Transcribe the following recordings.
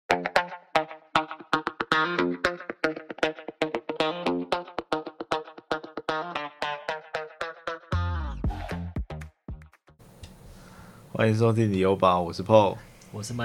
欢迎收听理由吧，我是 Paul， 我是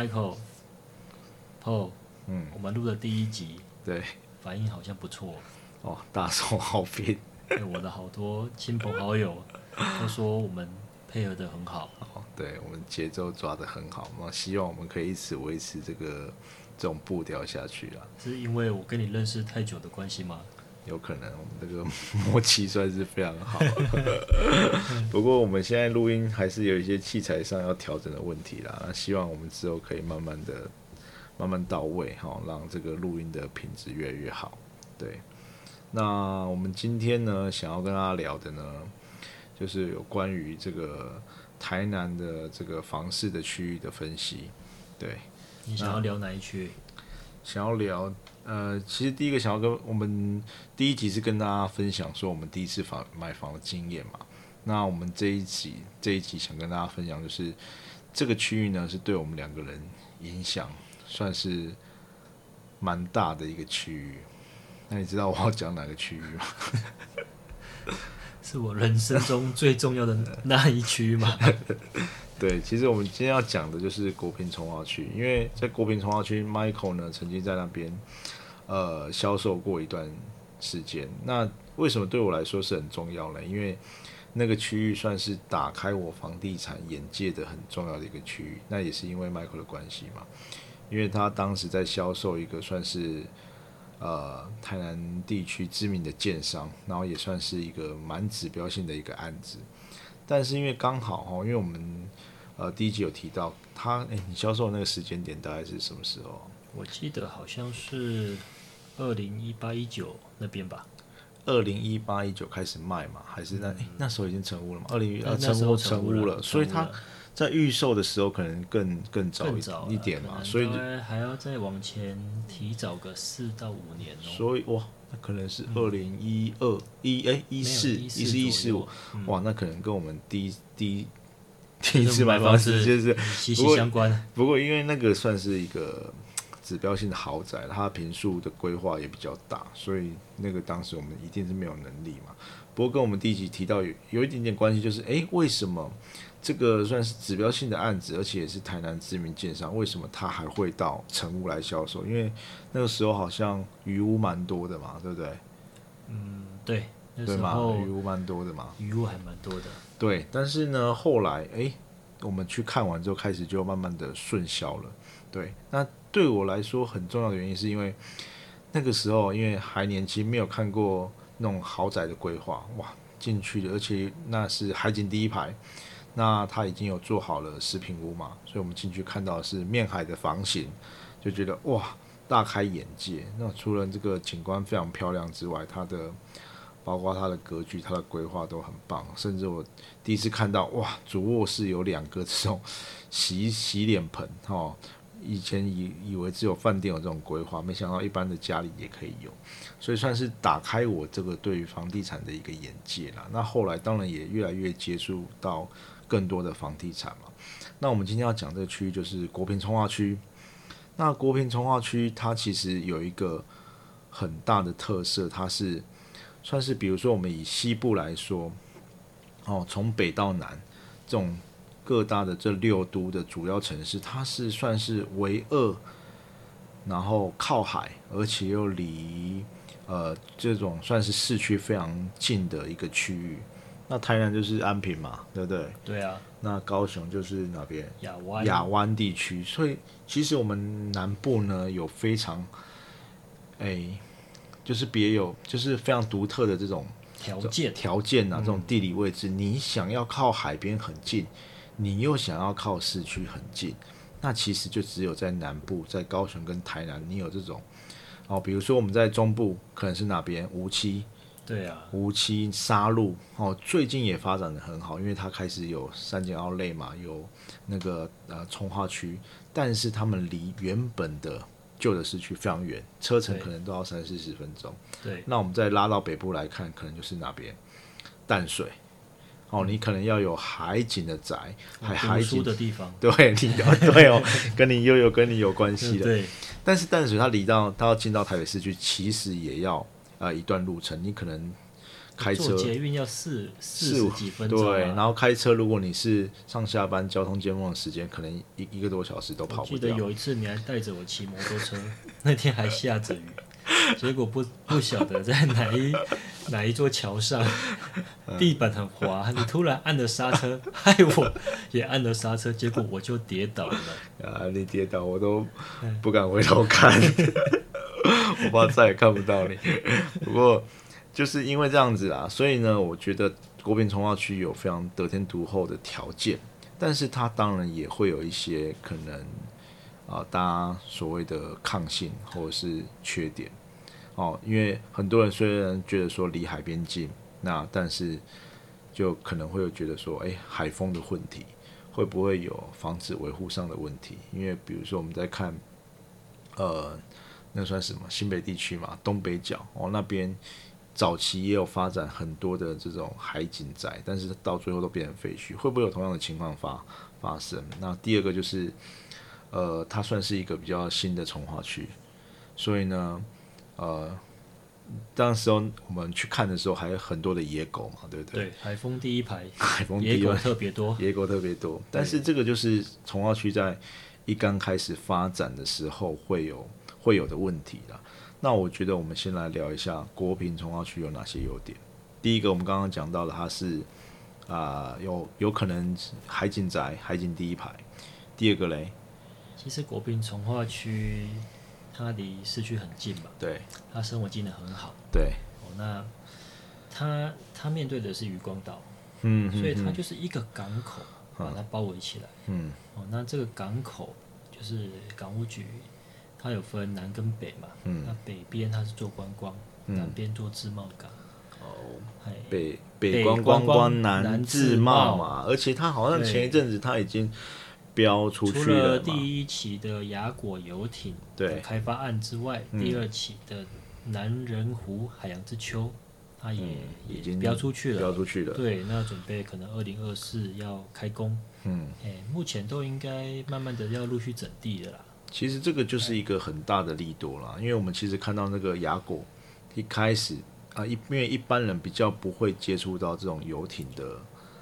Michael。Paul， 我们录的第一集， 对， 反应好像不错哦，大受好评。 我的好多亲朋好友都说我们配合的很好。 对，我们节奏抓得很好，那希望我们可以一直维持这种步调下去啦。 是因为我跟你认识太久的关系吗？ 有可能我们这个默契算是非常好，不过我们现在录音还是有一些器材上要调整的问题啦。那希望我们之后可以慢慢到位，让这个录音的品质越来越好。对，那我们今天呢，想要跟大家聊的呢，就是有关于这个台南的这个房市的区域的分析。对， 你想要聊哪一区？ 想要聊。其实第一个想要跟我们第一集是跟大家分享说我们第一次买房的经验嘛。那我们这一集想跟大家分享就是这个区域呢是对我们两个人影响算是蛮大的一个区域。那你知道我要讲哪个区域吗？ 是我人生中最重要的那一区吗？ 对，其实我们今天要讲的就是国平重划区，因为在国平重划区 ，Michael 呢曾经在那边销售过一段时间。那为什么对我来说是很重要呢？因为那个区域算是打开我房地产眼界的很重要的一个区域。那也是因为 Michael 的关系嘛，因为他当时在销售一个算是台南地区知名的建商，然后也算是一个蛮指标性的一个案子。但是因为刚好因为我们第一集有提到他，你销售的那个时间点大概是什么时候？ 我记得好像是2018-19那边吧。 2018-19开始卖嘛？还是那时候已经成屋了嘛？成屋了，所以他在预售的时候可能更早一点嘛，所以还要再往前提早个4到5年哦。 所以哇，那可能是2014，哇，那可能跟我们第一次买房子就是息息相关。 不过因为那个算是一个指标性的豪宅，它的坪数的规划也比较大，所以那个当时我们一定是没有能力嘛。不过跟我们第一集提到有一点点关系，就是为什么这个算是指标性的案子，而且也是台南知名建商，为什么它还会到成屋来销售？因为那个时候好像余屋蛮多的嘛，对不对？ 对，那时候余屋蛮多的嘛， 余屋还蛮多的。 对，但是呢，后来我们去看完之后，开始就慢慢的顺销了。对，那对我来说很重要的原因是因为那个时候因为还年轻，没有看过那种豪宅的规划，哇，进去的，而且那是海景第一排，那他已经有做好了10坪屋嘛，所以我们进去看到的是面海的房型，就觉得哇，大开眼界。那除了这个景观非常漂亮之外，包括它的格局、它的规划都很棒，甚至我第一次看到哇，主卧室有2个这种洗脸盆以前以为只有饭店有这种规划，没想到一般的家里也可以有，所以算是打开我这个对于房地产的一个眼界啦。那后来当然也越来越接触到更多的房地产嘛。那我们今天要讲这个区域就是国平重划区。那国平重划区它其实有一个很大的特色，它是算是比如说我们以西部来说，从北到南这种各大的这6都的主要城市，它是算是唯2，然后靠海，而且又离这种算是市区非常近的一个区域。那台南就是安平嘛，对不对？ 对啊。 那高雄就是哪边？ 亚湾地区。所以其实我们南部呢有非常就是就是非常独特的这种条件啊，这种地理位置，你想要靠海边很近，你又想要靠市区很近，那其实就只有在南部，在高雄跟台南，你有这种比如说我们在中部可能是哪边？梧栖。 对啊， 梧栖、沙鹿最近也发展得很好，因为它开始有3间outlet嘛，有那个重划区，但是他们离原本的旧的市区非常远，车程可能都要30-40分钟。 对， 那我们再拉到北部来看，可能就是哪边？淡水。你可能要有海景的宅，海景的地方， 对，对跟你有关系的。 对， 但是淡水它要进到台北市区，其实也要一段路程，你可能开车坐捷运要四十几分钟、 对，然后开车如果你是上下班交通尖峰的时间，可能一个多小时都跑不掉。 我记得有一次你还带着我骑摩托车，那天还下着雨，结果不晓得在哪一座桥上，地板很滑，你突然按了刹车，害我也按了刹车，结果我就跌倒了。 你跌倒我都不敢回头看，我怕再也看不到你。不过就是因为这样子啦，所以呢，我觉得国品重划区有非常得天独厚的条件，但是它当然也会有一些可能大家所谓的抗性或者是缺点。因为很多人虽然觉得说离海边近，那但是就可能会有觉得说，海风的问题会不会有防止维护上的问题？因为比如说我们在看，那算什么新北地区嘛，东北角那边早期也有发展很多的这种海景宅，但是到最后都变成废墟，会不会有同样的情况发生？那第二个就是，它算是一个比较新的重划区，所以呢。当时候我们去看的时候，还有很多的野狗嘛，对不对？ 对，海风第一排， 海风第一排野狗特别多， 野狗特别多。但是这个就是重划区在一刚开始发展的时候会有的问题啦。那我觉得我们先来聊一下国品重划区有哪些优点。第一个，我们刚刚讲到了，它是有可能海景宅，海景第一排。第二个嘞， 其实国品重划区。它离市区很近嘛， 对， 它生活机能很好， 对， 那它面对的是渔光岛，所以它就是一个港口，把它包围起来，那这个港口就是港务局，它有分南跟北嘛，那北边它是做观光，南边做自贸港， 北观光，南自贸嘛，而且它好像前一阵子它已经。标出去了嘛。 除了第一期的雅果游艇的开发案之外，第二期的南仁湖海洋之丘，它也已经标出去了。 对， 那准备可能2024要开工。目前都应该慢慢的要陆续整地了啦。 其实这个就是一个很大的利多啦，因为我们其实看到那个雅果一开始因为一般人比较不会接触到这种游艇的。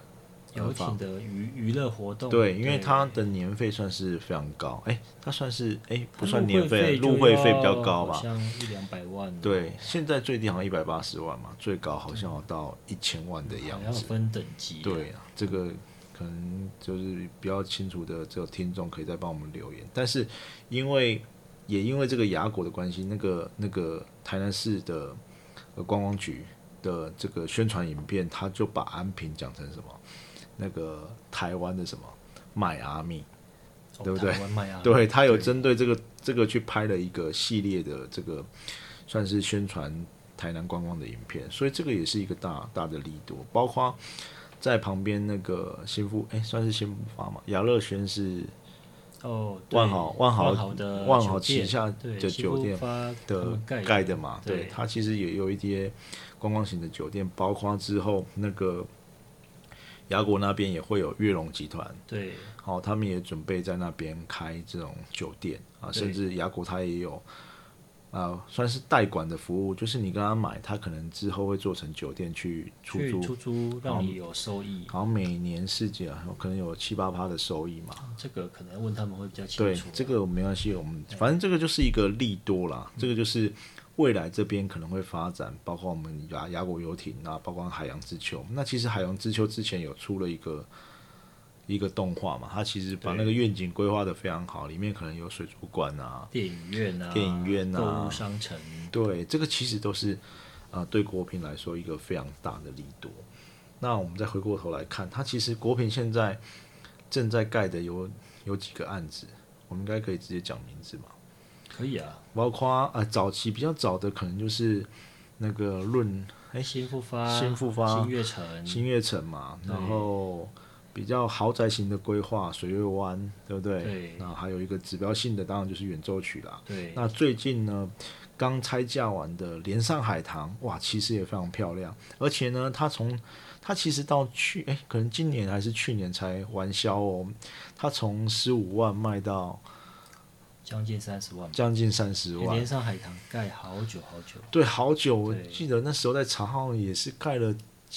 娱乐活动， 对，因为它的年费算是非常高，它算是不算年费，入会费比较高吧， 好像100-200万。 对，现在最低好像180万嘛，最高好像要到1000万的样子。 好像分等级。 对啊，这个可能就是比较清楚的这个听众可以再帮我们留言。但是因为这个雅果的关系，那个台南市的观光局的这个宣传影片，他就把安平讲成什么？那个台湾的什么迈阿密，对不对？对，他有针对这个去拍了一个系列的这个算是宣传台南观光的影片，所以这个也是一个大的利多。包括在旁边那个算是新复发嘛，雅乐轩是万豪旗下的酒店的盖的嘛，对，它其实也有一些观光型的酒店，包括之后那个。雅果那边也会有悦龙集团， 对， 他们也准备在那边开这种酒店甚至雅果它也有算是代管的服务，就是你跟他买，他可能之后会做成酒店去出租，让你有收益。 好像每年可能有7-8%的收益嘛。 这个可能问他们会比较清楚。 对，这个没关系，我们反正这个就是一个利多啦，这个就是未来这边可能会发展，包括我们雅果游艇包括海洋之丘。那其实海洋之丘之前有出了一个动画嘛，它其实把那个愿景规划的非常好，里面可能有水族馆电影院购物商城。 对，这个其实都是对国品来说一个非常大的利多。那我们再回过头来看，它其实国品现在正在盖的有几个案子，我们应该可以直接讲名字嘛？ 可以啊， 包括早期比较早的可能就是那个新复发、 新月城嘛，然后比较豪宅型的规划水月湾，对不对？ 对。 然后还有一个指标性的，当然就是远洲区啦。 对。 那最近呢，刚拆架完的连上海塘，哇，其实也非常漂亮，而且呢，它其实到可能今年还是去年才完销哦，它从15万卖到将近30万， 将近30万， 连上海棠盖好久好久。 对，好久，我记得那时候在长浩也是盖了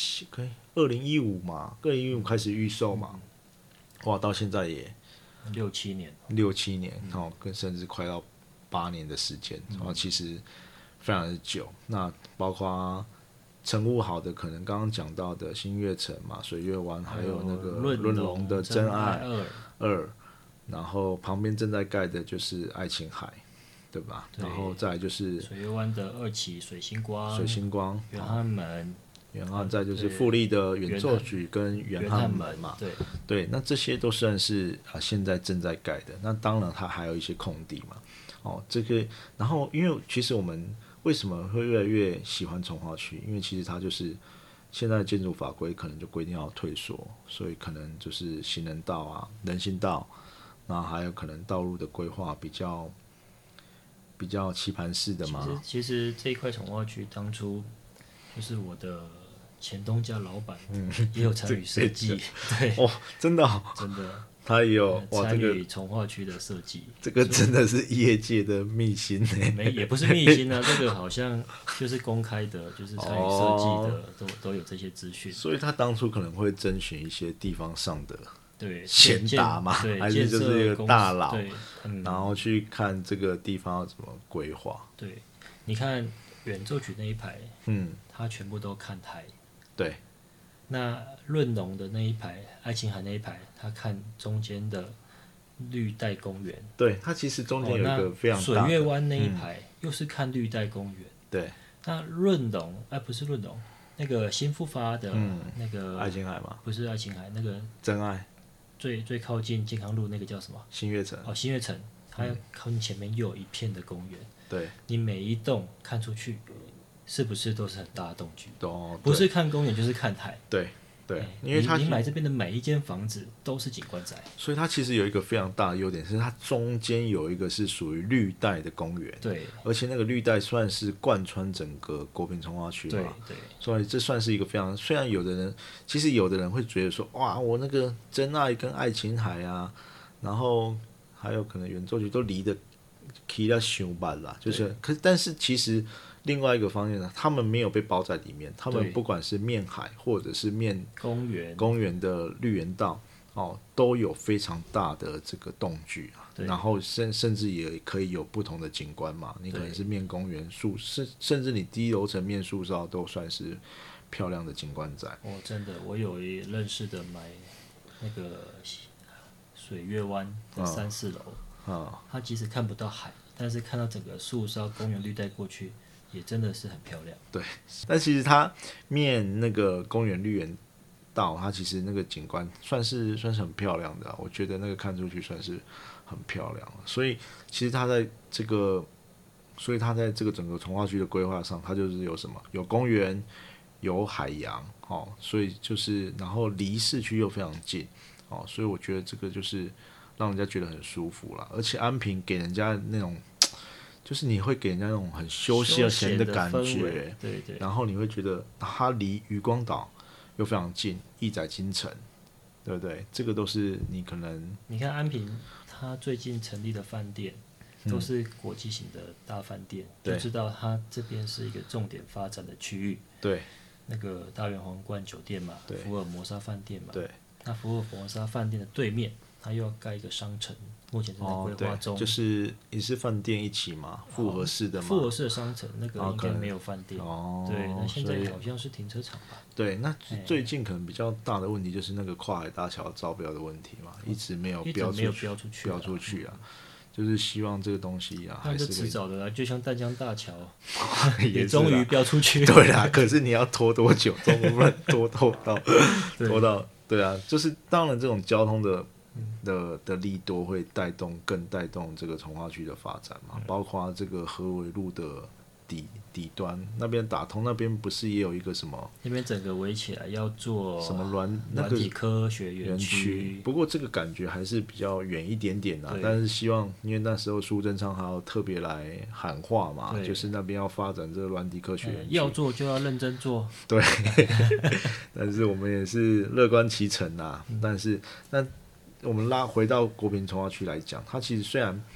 2015嘛，2015开始预售嘛，哇，到现在也 6-7年， 跟甚至快到8年的时间，其实非常的久。那包括成物好的，可能刚刚讲到的新月城嘛、水月湾，还有那个润龙的真爱2，然后旁边正在盖的就是爱琴海，对吧？然后再来就是水月湾的2期水星光，远汉门， 再就是富丽的远奏举跟远汉门嘛，对，那这些都算是现在正在盖的。那当然它还有一些空地嘛，这个，然后因为其实我们为什么会越来越喜欢从化区？因为其实它就是现在建筑法规可能就规定要退缩，所以可能就是行人道啊、人行道，然后还有可能道路的规划比较棋盘式的嘛。 其实这一块从化区当初就是我的前东家老板也有参与设计，对， 真的， 真的。 他也有参与从化区的设计， 这个真的是业界的秘辛也不是秘辛啊，这个好像就是公开的，就是参与设计的都有这些资讯。 所以他当初可能会征询一些地方上的贤达嘛，还是就是一个大佬，然后去看这个地方要怎么规划。 对，你看远奏举那一排，他全部都看台。 对。 那润龙的那一排，爱琴海那一排，他看中间的绿带公园。 对，它其实中间有一个非常大的水月湾那一排，又是看绿带公园。 对。 那润龙，不是润龙，那个新复发的那个爱琴海吗？ 不是爱琴海，那个真爱最靠近健康路那个叫什么？ 新月城。 新月城，它靠近前面又有一片的公园。 对。 你每一栋看出去。是不是都是很大的栋距？不是看公园就是看台。 对，因为你买这边的每一间房子都是景观宅， 所以它其实有一个非常大的优点，是它中间有一个是属于绿带的公园。 对， 而且那个绿带算是贯穿整个国品从化区嘛。 对， 所以这算是一个非常，虽然有的人会觉得说，哇，我那个真爱跟爱琴海啊，然后还有可能远奏局都离得起了太远啦，但是其实。另外一个方面呢，他们没有被包在里面，他们不管是面海或者是面公园的绿园道，都有非常大的这个栋距啊，然后甚至也可以有不同的景观嘛，你可能是面公园甚至你低楼层面树梢都算是漂亮的景观在。 真的，我有认识的买那个水月湾的3、4楼，他即使看不到海，但是看到整个树梢公园绿带过去。也真的是很漂亮， 对。但其实它面那个公园绿园道，它其实那个景观算是很漂亮的，我觉得那个看出去算是很漂亮。所以其实它在这个整个从化区的规划上，它就是有什么？有公园，有海洋，所以就是然后离市区又非常近，所以我觉得这个就是让人家觉得很舒服啦。而且安平给人家那种。就是你会给人家那种很休闲的感觉， 对， 然后你会觉得它离渔光岛又非常近，义载京城，对不对？这个都是你可能你看安平，它最近成立的饭店都是国际型的大饭店，就知道它这边是一个重点发展的区域。 对， 那个大圆皇冠酒店嘛，福尔摩沙饭店嘛， 对， 那福尔摩沙饭店的对面，它又要盖一个商城。目前正在规划中， 就是也是饭店一起嘛，复合式的嘛， 复合式的商城那个应该没有饭店，对，那现在好像是停车场吧？ 对，那最近可能比较大的问题就是那个跨海大桥招标的问题嘛，一直没有标出去啊，就是希望这个东西啊，还是迟早的啦，就像淡江大桥也终于标出去， 对啦，可是你要拖多久？总不能拖到，对啊，就是当然这种交通的利多会更带动这个从化区的发展嘛，包括这个河尾路的底端那边打通，那边不是也有一个什么？ 那边整个围起来要做什么软体科学园区？ 不过这个感觉还是比较远一点点啊。但是希望，因为那时候苏贞昌还要特别来喊话嘛，就是那边要发展这个软体科学园区， 要做就要认真做。 对，但是我们也是乐观其成啊。但是我们拉回到国品从化区来讲，它其实虽然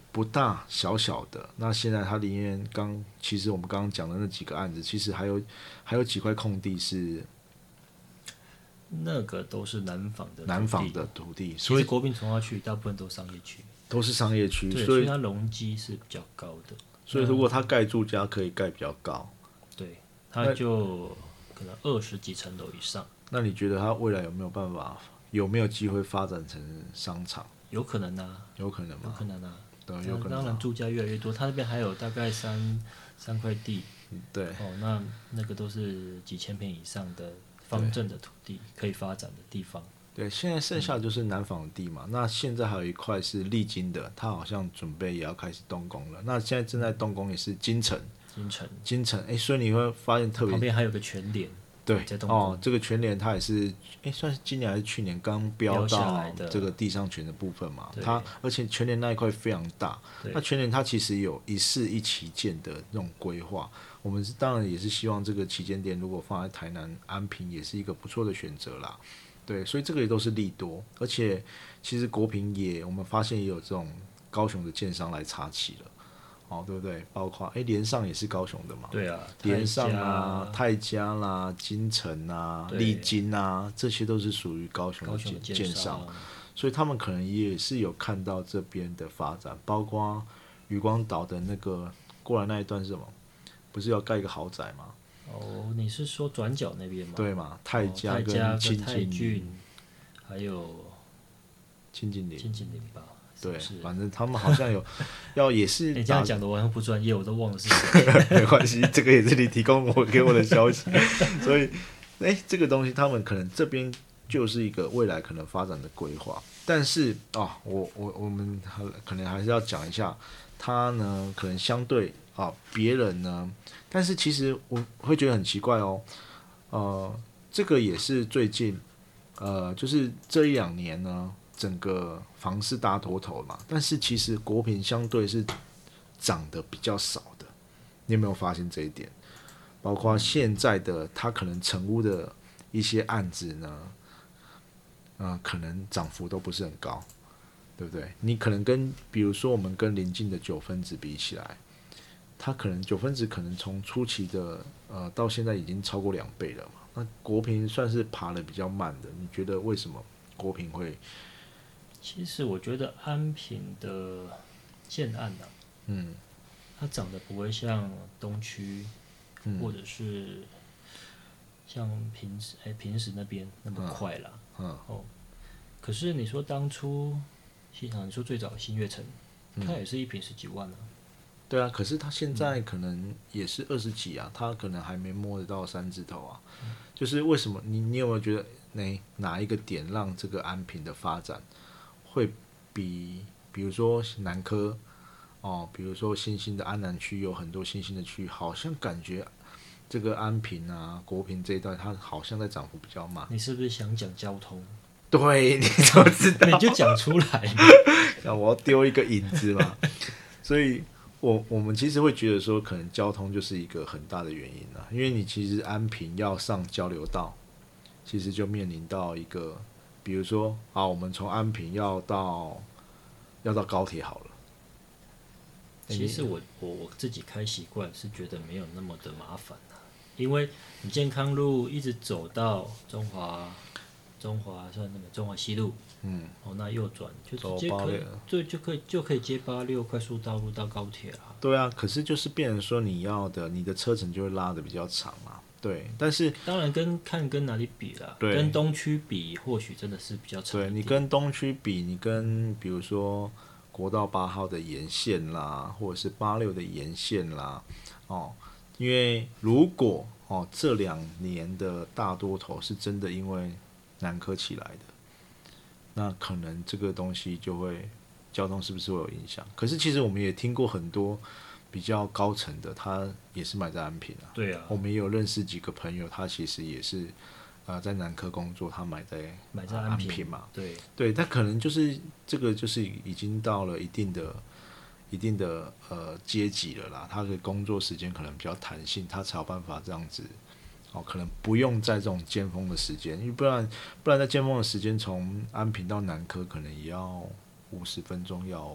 不大小小的。那现在它里面其实我们刚刚讲的那几个案子，其实还有几块空地是那个都是南纺的土地， 所以国宾从化区大部分都商业区， 都是商业区， 对，所以它容积是比较高的。 所以如果它盖住家可以盖比较高， 对，它就可能20几层楼以上。 那你觉得它未来有没有机会发展成商场？ 有可能啊， 有可能吗？ 有可能啊， 有可能。 当然住家越来越多，它那边还有大概三块地， 对， 那个都是几千坪以上的方正的土地可以发展的地方。 对，现在剩下的就是南纺的地嘛。那现在还有一块是丽晶的，它好像准备也要开始动工了。那现在正在动工也是金城，所以你会发现特别旁边还有个全联。 对这个全联它也是算是今年还是去年刚标到这个地上权的部分嘛。而且全联那一块非常大，那全联它其实有一室一旗舰的那种规划。我们当然也是希望这个旗舰店如果放在台南安平也是一个不错的选择啦。对，所以这个也都是利多，而且其实国平我们发现也有这种高雄的建商来插旗了。对不对？包括联上也是高雄的嘛， 对啊， 联上啊、泰嘉啦、金城啊、丽晶啊，这些都是属于高雄的建商，所以他们可能也是有看到这边的发展，包括渔光岛的那个过来那一段是什么？不是要盖一个豪宅吗？ 你是说转角那边吗？ 对嘛，泰嘉跟清境，还有清境林吧。 对，反正他们好像也是。 你这样讲的我好像不专业，我都忘了是谁。 没关系，这个也是你提供给我的消息。所以，这个东西他们可能这边就是一个未来可能发展的规划。但是我们可能还是要讲一下，它呢可能相对别人呢，但是其实我会觉得很奇怪这个也是最近就是这1-2年呢。整个房市大多头嘛，但是其实国平相对是涨得比较少的，你有没有发现这一点？包括现在的它可能成屋的一些案子呢，可能涨幅都不是很高，对不对？你可能比如说我们跟邻近的9分子比起来，它可能9分子可能从初期的到现在已经超过2倍了嘛。那国平算是爬得比较慢的，你觉得为什么国平会？ 其实我觉得安平的建案它涨得不会像东区，或者是像平时那边那么快啦。可是你说当初你说最早新月城，它也是1坪10几万啊。 对啊，可是它现在可能也是20几啊，它可能还没摸得到3字头啊。就是为什么你有没有觉得哪一个点让这个安平的发展？会比如说南科比如说新兴的安南区有很多新兴的区，好像感觉这个安平啊、国平这一段，它好像在涨幅比较慢。 你是不是想讲交通？ 对，你怎么知道？ 你就讲出来。 我要丢一个引子嘛。所以我们其实会觉得说，可能交通就是一个很大的原因啦。因为你其实安平要上交流道，其实就面临到一个。比如说我们从安平要到高铁好了。 其实我自己开习惯是觉得没有那么的麻烦因为你健康路一直走到中华算那个中华西路，那右转就直接就可以接86快速道路到高铁了。 对啊，可是就是变成说你的车程就会拉得比较长嘛。对，但是当然跟哪里比啦，跟东区比或许真的是比较长一点。 对，你跟东区比，你跟比如说国道8号的沿线啦，或者是86的沿线啦，因为如果这2年的大多头是真的因为南科起来的，那可能这个东西就会交通是不是会有影响？可是其实我们也听过很多。比较高层的，他也是买在安平啊。 对啊， 我们也有认识几个朋友，他其实也是在南科工作，他买在安平嘛。对，他可能就是这个就是已经到了一定的阶级了啦，他的工作时间可能比较弹性，他才有办法这样子。可能不用在这种尖峰的时间，因为不然在尖峰的时间从安平到南科可能也要50分钟，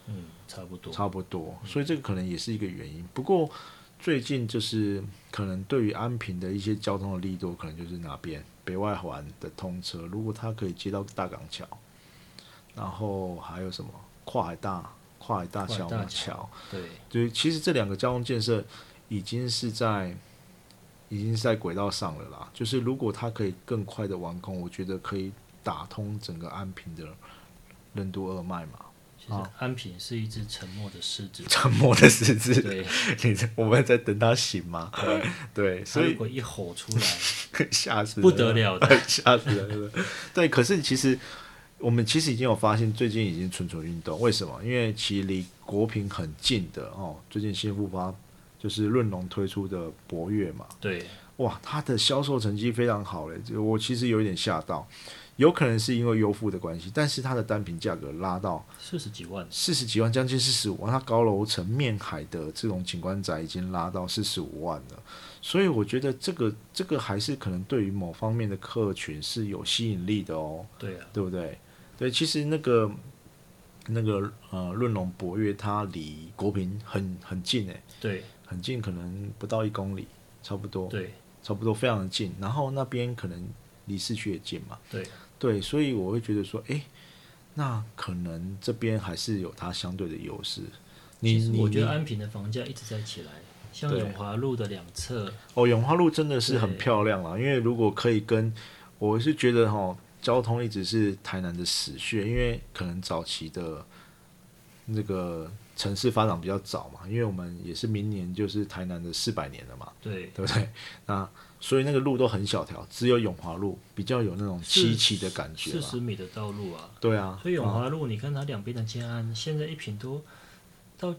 差不多，所以这个可能也是一个原因。不过最近就是可能对于安平的一些交通的利多，可能就是哪边北外环的通车，如果它可以接到大港桥，然后还有什么跨海大桥，对，其实这两个交通建设已经是在轨道上了啦。就是如果它可以更快的完工，我觉得可以打通整个安平的任督二脉嘛。 其实安平是一只沉默的狮子， 沉默的狮子。 对， 我们在等它醒嘛。对，所以如果一吼出来， 吓死人， 不得了的， 吓死人了。对，可是其实我们已经有发现，最近已经蠢运动。为什么？因为其实离国平很近的哦，最近新复发就是润隆推出的博越嘛。 对， 哇，它的销售成绩非常好嘞，我其实有一点吓到。有可能是因为优付的关系，但是它的单品价格拉到 40几万， 将近45万。它高楼层面海的这种景观宅已经拉到45万了，所以我觉得这个还是可能对于某方面的客群是有吸引力的哦。 对啊， 对不对？对，其实那个润隆博越它离国平很近诶， 对， 很近，可能不到1公里，差不多， 对， 差不多非常的近。然后那边可能离市区也近嘛， 对， 所以我会觉得说，那可能这边还是有它相对的优势。 其实我觉得安平的房价一直在起来，像永华路的两侧， 永华路真的是很漂亮啦。因为如果可以我是觉得交通一直是台南的死穴，因为可能早期的那个城市发展比较早嘛，因为我们也是明年就是台南的400年了嘛， 对不对？那所以那个路都很小条，只有永华路比较有那种稀奇的感觉 ，40米的道路啊。 对啊， 所以永华路你看它两边的建案，现在一坪都到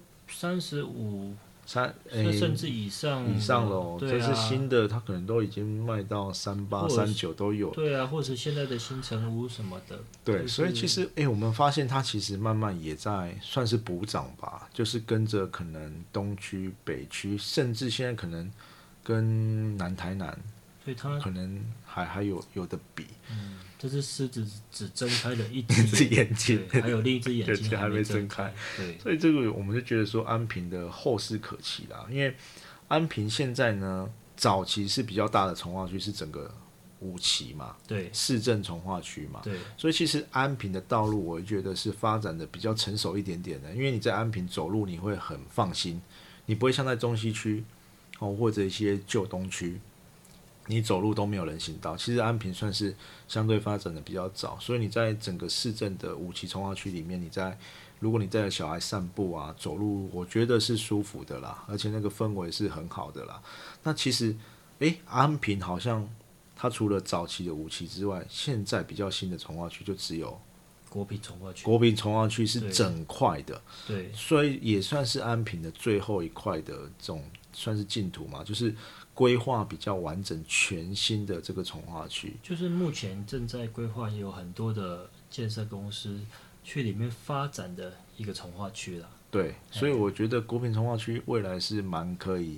35，甚至以上了， 对啊， 这是新的，它可能都已经卖到38、39都有。 对啊，或者现在的新城屋什么的。 对， 就是、 所以其实我们发现它其实慢慢也在算是补涨吧，就是跟着可能东区、北区，甚至现在可能跟南台南， 所以它可能还有的比。 这只狮子只睁开了一只眼睛， 还有另一只眼睛还没睁开。 对， 所以这个我们就觉得说安平的后市可期啦，因为安平现在呢，早期是比较大的从化区，是整个5期嘛， 对， 市政从化区嘛， 对， 所以其实安平的道路，我觉得是发展的比较成熟一点点的，因为你在安平走路你会很放心，你不会像在中西区或者一些旧东区。你走路都没有人行道，其实安平算是相对发展的比较早，所以你在整个市政的5期从化区里面，如果你带着小孩散步啊、走路，我觉得是舒服的啦，而且那个氛围是很好的啦。那其实，安平好像它除了早期的5期之外，现在比较新的从化区就只有国平从化区。 国平从化区是整块的， 对， 所以也算是安平的最后一块的这种算是净土嘛，就是规划比较完整、全新的这个从化区， 就是目前正在规划，也有很多的建设公司去里面发展的一个从化区啦。 对，所以我觉得国平从化区未来是蛮可以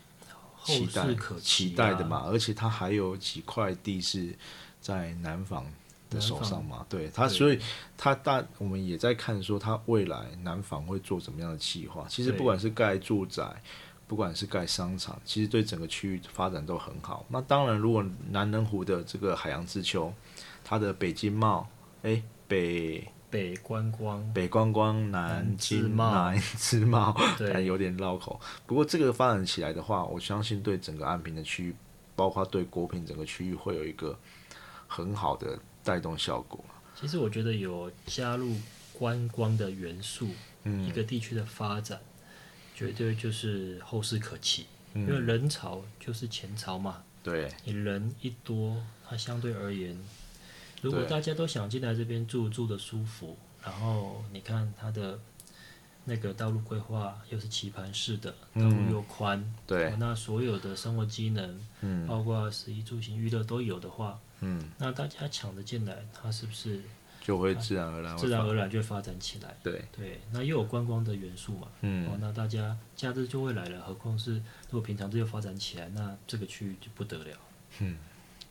期待的嘛，而且它还有几块地是在南纺的手上嘛，对它，所以我们也在看说它未来南纺会做怎么样的计划。其实不管是盖住宅，不管是盖商场，其实对整个区域发展都很好。那当然，如果南能湖的这个海洋之丘，它的北经贸， 北观光、南经贸，有点绕口。不过这个发展起来的话，我相信对整个安平的区域，包括对国平整个区域，会有一个很好的带动效果。 其实我觉得有加入观光的元素，一个地区的发展。绝对就是后市可期，因为人潮就是钱潮嘛。 对， 你人一多，它相对而言，如果大家都想进来这边住得舒服，然后你看它的那个道路规划又是棋盘式的，道路又宽， 对， 那所有的生活机能，包括食衣住行娱乐都有的话，那大家抢着进来，它是不是？就会自然而然就会发展起来。 对， 那又有观光的元素嘛，那大家假日就会来了，何况是如果平常这就发展起来，那这个区域就不得了。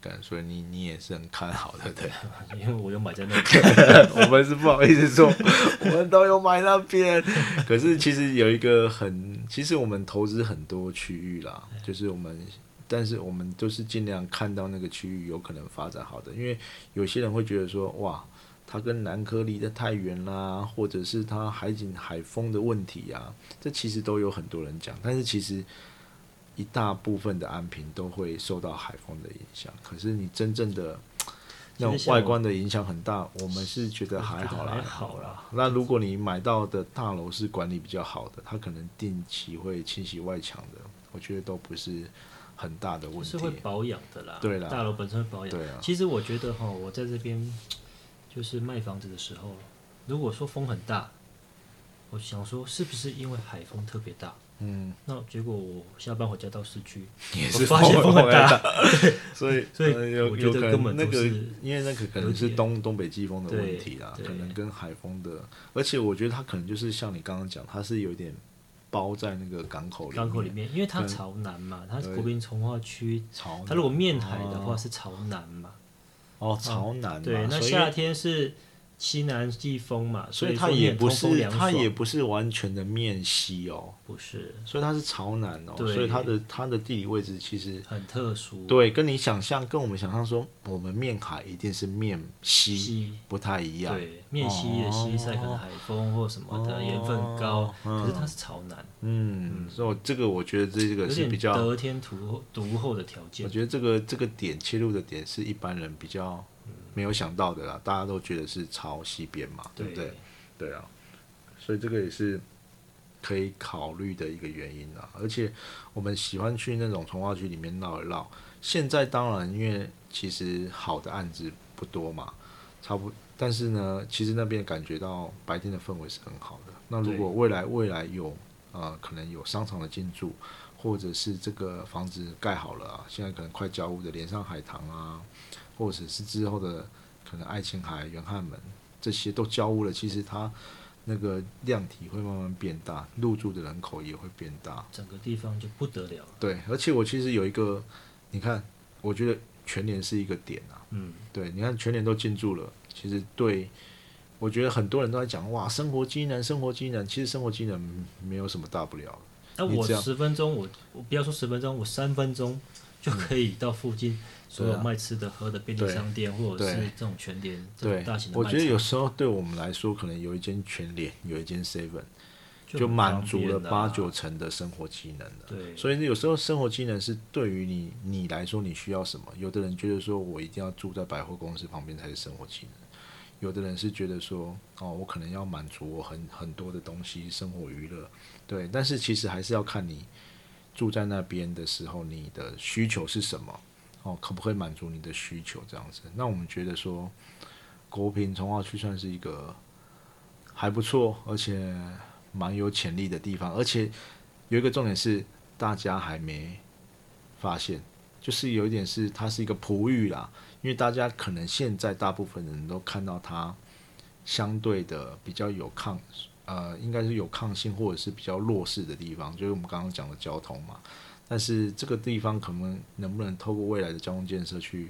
所以你也是很看好的，对。 因为我有买在那边。 我们是不好意思说，我们都有买那边。可是其实有一个其实我们投资很多区域啦，就是但是我们都是尽量看到那个区域有可能发展好的，因为有些人会觉得说，哇，它跟南科离得太远啦，或者是它海景海风的问题啊，这其实都有很多人讲，但是其实一大部分的安平都会受到海风的影响，可是你真正的那种外观的影响很大，我们是觉得还好啦。那如果你买到的大楼是管理比较好的，它可能定期会清洗外墙的，我觉得都不是很大的问题， 是会保养的啦。 对啦， 大楼本身会保养。 对啊。 其实我觉得我在这边就是卖房子的时候，如果说风很大，我想说是不是因为海风特别大？那结果我下班回家到市区， 也是发现风很大， 所以我觉得根本那个，因为那个可能是东北季风的问题啦，可能跟海风的，而且我觉得它可能就是像你刚刚讲，它是有点包在那个港口里面， 因为它朝南嘛，它国宾从化区，它如果面海的话是朝南嘛， 朝南嘛， 对，那夏天是西南季风嘛， 所以它也不是完全的面西哦， 不是， 所以它是朝南哦，所以它的地理位置其实很特殊， 对，跟我们想象说我们面海一定是面西不太一样， 对，面西的西晒可能海风或什么的盐分高，可是它是朝南， 所以这个我觉得这个是比较得天独厚的条件， 我觉得这个点切入的点是一般人比较没有想到的啦，大家都觉得是朝西边嘛，对不对？对啊，所以这个也是可以考虑的一个原因啦。而且我们喜欢去那种从化区里面绕一绕。现在当然，因为其实好的案子不多嘛，但是呢，其实那边感觉到白天的氛围是很好的。那如果未来有可能有商场的进驻，或者是这个房子盖好了啊，现在可能快交屋的连上海棠啊。或者是之后的可能爱琴海、原汉门这些都交屋了，其实它那个量体会慢慢变大，入住的人口也会变大， 整个地方就不得了了。 对，而且我其实有一个，你看，我觉得全联是一个点啊，对，你看全联都进驻了，其实对，我觉得很多人都在讲哇，生活机能，其实生活机能没有什么大不了的。 那我10分钟，我不要说10分钟，我3分钟就可以到附近。所有卖吃的喝的便利商店，或者是这种全联这种大型的卖场， 我觉得有时候对我们来说，可能有一间全联，有一间 Seven， 就满足了8-9成的生活机能了。 对， 所以有时候生活机能是对于你来说，你需要什么？有的人觉得说我一定要住在百货公司旁边才是生活机能，有的人是觉得说我可能要满足我很多的东西，生活娱乐。对，但是其实还是要看你住在那边的时候，你的需求是什么。可不可以满足你的需求这样子？那我们觉得说，国平从化区算是一个还不错，而且蛮有潜力的地方。而且有一个重点是，大家还没发现，就是有一点是它是一个璞玉啦，因为大家可能现在大部分人都看到它相对的比较有应该是有抗性或者是比较弱势的地方，就是我们刚刚讲的交通嘛。但是这个地方可能不能透过未来的交通建设去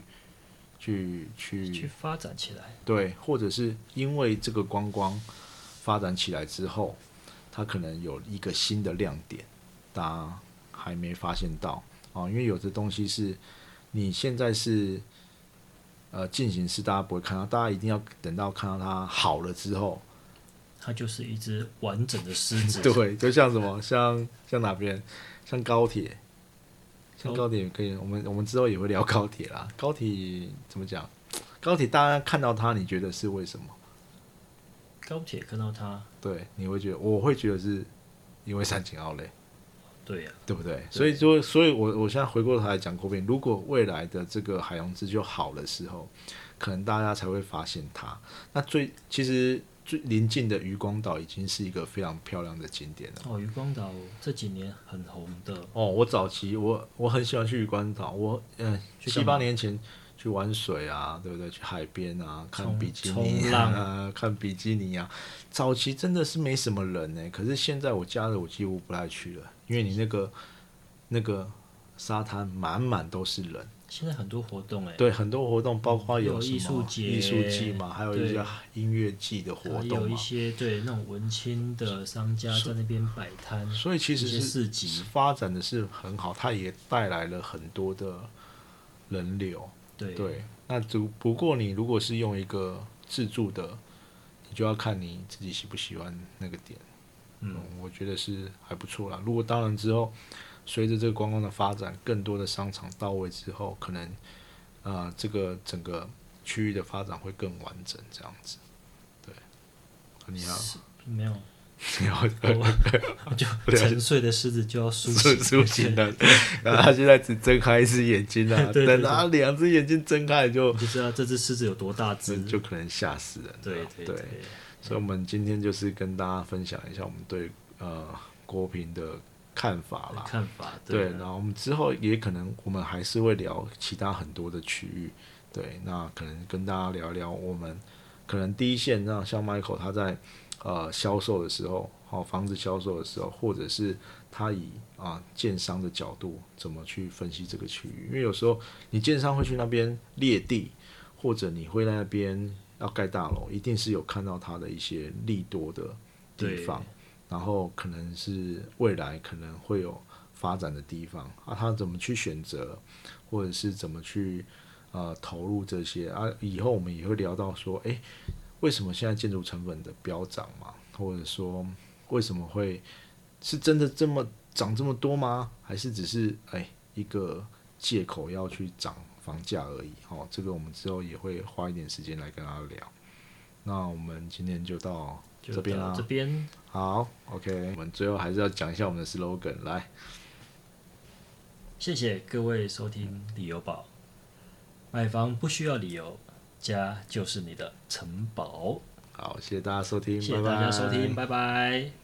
发展起来？对， 或者是因为这个观光发展起来之后，它可能有一个新的亮点，大家还没发现到因为有的东西是你现在是进行式，大家不会看到，大家一定要等到看到它好了之后， 它就是一只完整的狮子。 对，就像什么，像哪边，像高铁。像高铁可以，我们之后也会聊高铁啦。高铁怎么讲？高铁大家看到它，你觉得是为什么？ 高铁看到它， 对，我会觉得是因为3井奥莱。 对呀， 对不对？所以我现在回过头来讲国宾，如果未来的这个海洋之就好的时候，可能大家才会发现它。那其实最临近的渔光岛已经是一个非常漂亮的景点了。 渔光岛这几年很红的。 我早期我很喜欢去渔光岛，我7-8年前去玩水啊，对不对？去海边啊，看比基尼啊，看比基尼啊。早期真的是没什么人可是现在我假日我几乎不太去了，因为你那个沙滩满满都是人。 现在很多活动对，很多活动，包括有什么艺术节、 艺术季嘛，还有一些音乐季的活动嘛， 有一些对那种文青的商家在那边摆摊， 所以其实市集发展的是很好，它也带来了很多的人流。对，那不过你如果是用一个自助的，你就要看你自己喜不喜欢那个点。我觉得是还不错啦。如果当然之后随着这个观光的发展，更多的商场到位之后，可能这个整个区域的发展会更完整，这样子。对，你要没有？ 你要就沉睡的狮子就要苏醒了，然后他现在只睁开一只眼睛啊，等他2只眼睛睁开就知道这只狮子有多大只， 就可能吓死人。 对， 所以我们今天就是跟大家分享一下我们对国平的看法啦，对，然后我们之后也可能我们还是会聊其他很多的区域，对，那可能跟大家聊聊我们可能第一线，那像 Michael 他在销售的时候，房子销售的时候，或者是他以建商的角度怎么去分析这个区域，因为有时候你建商会去那边列地，或者你会在那边要盖大楼，一定是有看到它的一些利多的地方。然后可能是未来可能会有发展的地方他怎么去选择，或者是怎么去投入这些以后我们也会聊到说，为什么现在建筑成本的飙涨嘛？或者说为什么会是真的这么涨这么多吗？还是只是一个借口要去涨房价而已？这个我们之后也会花一点时间来跟他聊。那我们今天就到这边啦。好 ，OK， 我们最后还是要讲一下我们的 slogan， 来， 谢谢各位收听理由宝，买房不需要理由，家就是你的城堡。 好，谢谢大家收听， 谢谢大家收听，拜拜。